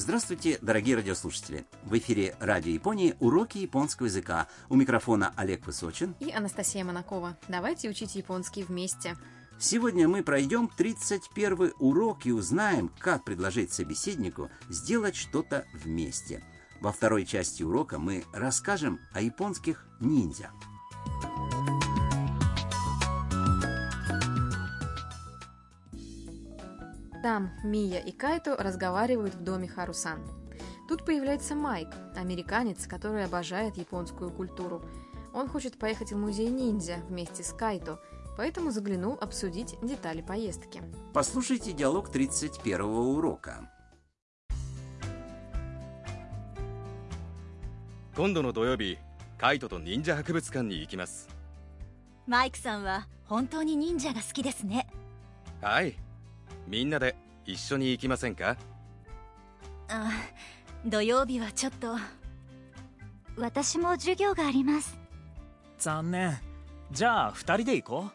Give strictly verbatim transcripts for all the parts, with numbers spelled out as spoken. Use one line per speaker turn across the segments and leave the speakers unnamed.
Здравствуйте, дорогие радиослушатели! В эфире Радио Японии уроки японского языка. У микрофона Олег Высочин
и Анастасия Монакова. Давайте учить японский вместе.
Сегодня мы пройдем тридцать первый урок и узнаем, как предложить собеседнику сделать что-то вместе. Во второй части урока мы расскажем о японских ниндзя.
Там Мия и Кайто разговаривают в доме Харусан. Тут появляется Майк, американец, который обожает японскую культуру. Он хочет поехать в музей ниндзя вместе с Кайто, поэтому заглянул обсудить детали поездки.
Послушайте диалог тридцать первого урока.
今度の土曜日、カイトと忍者博物館に行きます。
マイクさんは本当に忍者が好きですね。
はい、みんなで一緒に行きませんか？
あ、土曜日はちょっと。私も授業があります。
残念。じゃあ二人で行こ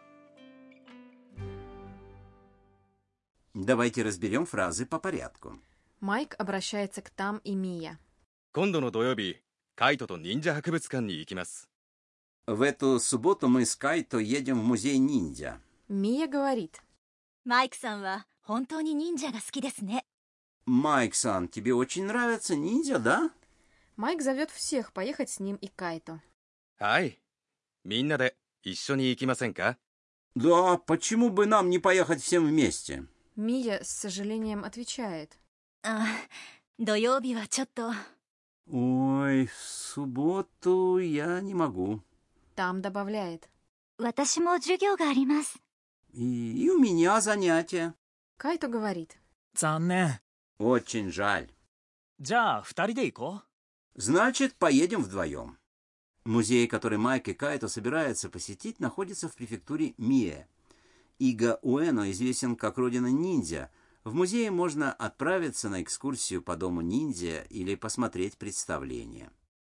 う。
Давайте разберем фразы по порядку.
Майк обращается к Там и Мия.
今度の土曜日、カイトと忍者博物館に行きます。
В эту субботу мы с Кайто едем в музей ниндзя.
Мия говорит.
マイクさんは本当に忍者が好きですね。
Майк-сан, тебе очень нравятся ниндзя, да?
Майк зовет всех поехать с ним и Кайто.
はい、みんなで一緒に行きませんか？
Да, почему бы нам не поехать всем вместе?
Мия с сожалением отвечает.
あ、土曜日はちょっと。
Ой, в субботу я не могу.
Там добавляет.
私も授業があります。
И, и у меня занятия.
Кайто говорит.
残念。
Очень жаль.
じゃあ二人で行こう。
Значит, поедем вдвоем. Музей, который Майк и Кайто собираются посетить, находится в префектуре Мие. Ига Уэно известен как родина ниндзя. В музее можно отправиться на экскурсию по дому ниндзя или посмотреть представление.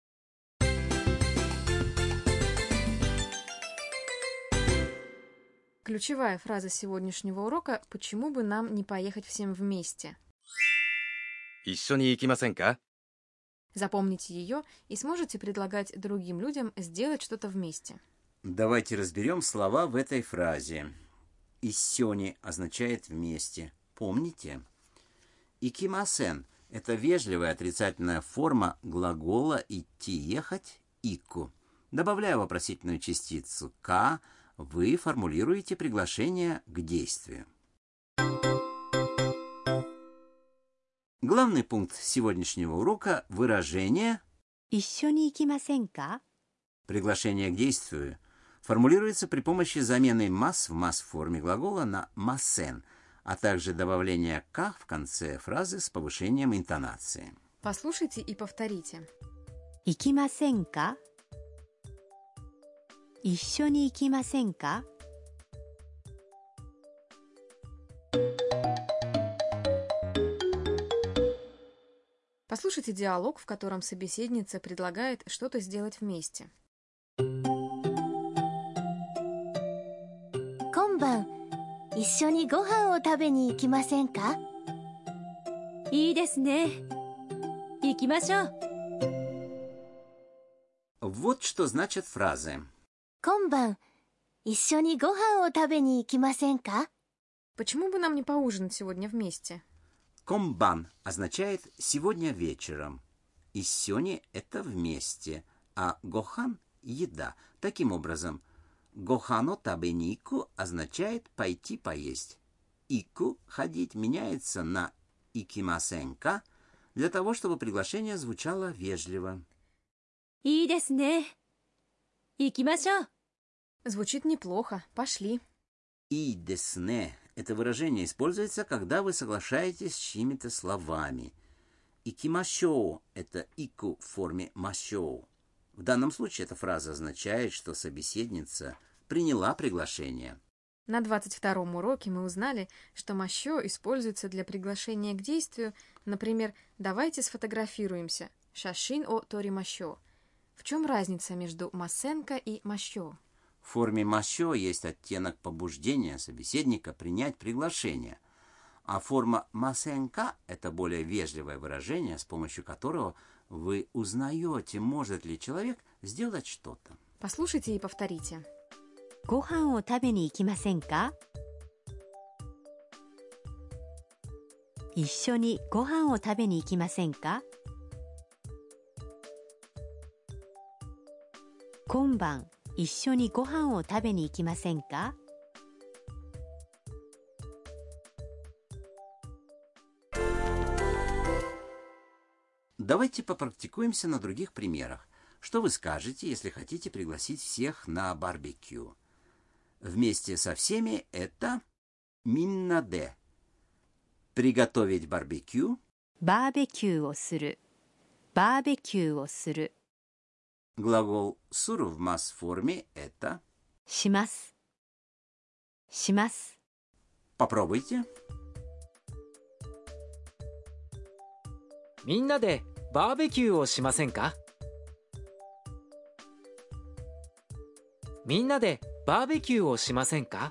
Ключевая фраза сегодняшнего урока «Почему бы нам не поехать всем вместе?»
一緒に行きませんか？
Запомните ее и сможете предлагать другим людям сделать что-то вместе.
Давайте разберем слова в этой фразе. «Иссёни» означает «вместе». Помните? «Икимасен» — это вежливая отрицательная форма глагола «идти, ехать» «ику». Добавляя вопросительную частицу «ка», вы формулируете приглашение к действию. Главный пункт сегодняшнего урока – выражение
一緒に行きませんか?
Приглашение к действию формулируется при помощи замены «мас» в «мас» форме глагола на «масен», а также добавления «ка» в конце фразы с повышением интонации.
Послушайте и повторите.
行きませんか? 一緒に行きませんか?
Послушайте диалог, в котором собеседница предлагает что-то сделать вместе.
今晩一緒にご飯を食べに行きませんか? いいですね。行きましょう。
Вот что значат фразы.
今晩一緒にご飯を食べに行きませんか?
Почему бы нам не поужинать сегодня вместе?
«Комбан» означает «сегодня вечером». «Иссёни» — это «вместе», а «гохан» — «еда». Таким образом, «гохано табенику» означает «пойти поесть». «Ику» — «ходить» меняется на «икимасенка» для того, чтобы приглашение звучало вежливо.
いいですね。行きましょう。
Звучит неплохо. Пошли.
«И десне» — это выражение используется, когда вы соглашаетесь с чьими-то словами. «Икимашоу» — это «ику» в форме «машоу». В данном случае эта фраза означает, что собеседница приняла приглашение.
На двадцать втором уроке мы узнали, что «мащо» используется для приглашения к действию, например, «давайте сфотографируемся» – «шашин о торимащо». В чем разница между «масенка» и «мащо»?
В форме «мащо» есть оттенок побуждения собеседника принять приглашение, А форма масенка – это более вежливое выражение, с помощью которого вы узнаете, может ли человек сделать что-то.
Послушайте и повторите.
ご飯を食べに行きませんか一緒にご飯を食べに行きませんか今晩一緒にご飯を食べに行きませんか
Давайте попрактикуемся на других примерах. Что вы скажете, если хотите пригласить всех на барбекю? Вместе со всеми это миннаде. Приготовить барбекю.
バーベキューをするバーベキューをする
Глагол сур в масс-форме это.
しますします
Попробуйте.
みんなでバーベキューをしませんかみんなでバーベキューをしませんか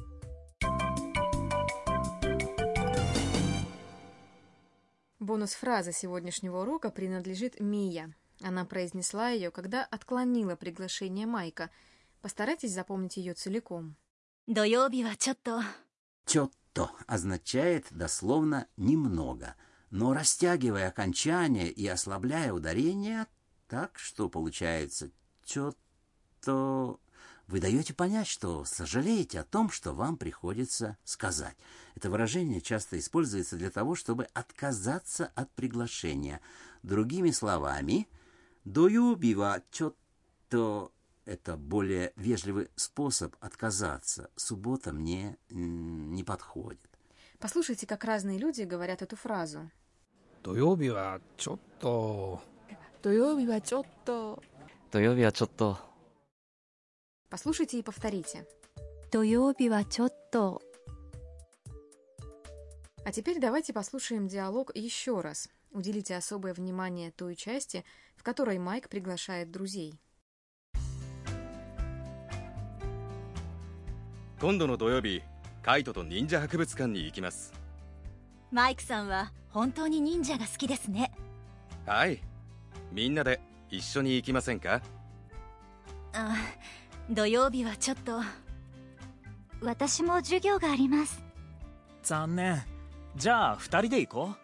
Бонус-фраза сегодняшнего урока принадлежит Мия. Она произнесла ее, когда отклонила приглашение Майка. Постарайтесь запомнить ее целиком.
土曜日はちょっと
Чотто означает дословно «немного», но растягивая окончание и ослабляя ударение так, что получается «чотто», вы даете понять, что сожалеете о том, что вам приходится сказать. Это выражение часто используется для того, чтобы отказаться от приглашения. Другими словами, «доёби ва чотто» — это более вежливый способ отказаться. Суббота мне м, не подходит.
Послушайте, как разные люди говорят эту фразу.
土曜日はちょっと
«Доёбиちょっと».
土曜日はちょっと
Послушайте и повторите.
土曜日はちょっと
А теперь давайте послушаем диалог еще раз. Уделите особое внимание той части, в которой Майк приглашает друзей.
今度の土曜日カイトと忍者博物館に行きます。
マイクさんは本当に忍者が好きですね。
はい、みんなで一緒に行きませんか？
あ、土曜日はちょっと私も授業があります。
残念。じゃあ二人で行こ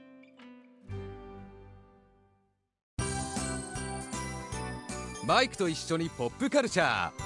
う。マイクと一緒にポップカルチャー。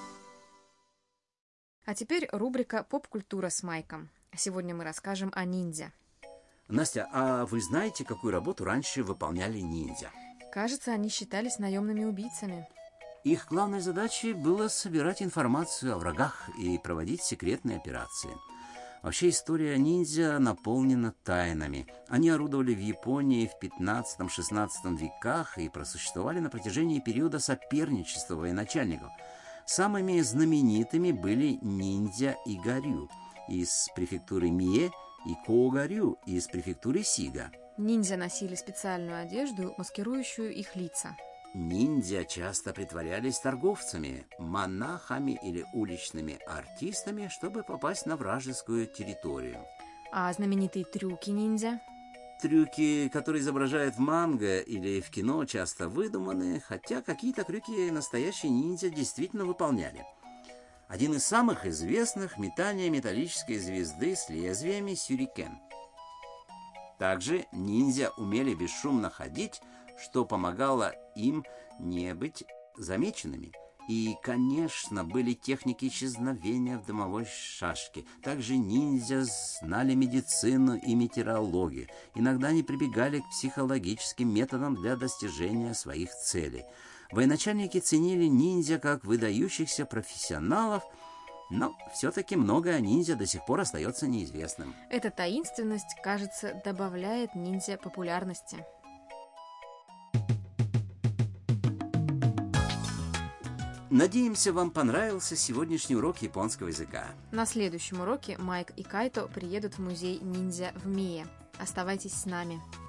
А теперь рубрика «Поп-культура с Майком». Сегодня мы расскажем о ниндзя.
Настя, а вы знаете, какую работу раньше выполняли ниндзя?
Кажется, они считались наемными убийцами.
Их главной задачей было собирать информацию о врагах и проводить секретные операции. Вообще история ниндзя наполнена тайнами. Они орудовали в Японии в пятнадцатом-шестнадцатом веках и просуществовали на протяжении периода соперничества военачальников. Самыми знаменитыми были ниндзя Игарю из префектуры Мие и Коугарю из префектуры Сига.
Ниндзя носили специальную одежду, маскирующую их лица.
Ниндзя часто притворялись торговцами, монахами или уличными артистами, чтобы попасть на вражескую территорию.
А знаменитые трюки ниндзя?
Трюки, которые изображают в манго или в кино, часто выдуманы, хотя какие-то трюки настоящие ниндзя действительно выполняли. Один из самых известных – метание металлической звезды с лезвиями сюрикен. Также ниндзя умели бесшумно ходить, что помогало им не быть замеченными. И, конечно, были техники исчезновения в дымовой шашке. Также ниндзя знали медицину и метеорологию. Иногда они прибегали к психологическим методам для достижения своих целей. Военачальники ценили ниндзя как выдающихся профессионалов, но все-таки многое о ниндзя до сих пор остается неизвестным.
Эта таинственность, кажется, добавляет ниндзя популярности.
Надеемся, вам понравился сегодняшний урок японского языка.
На следующем уроке Майк и Кайто приедут в музей ниндзя в Мие. Оставайтесь с нами.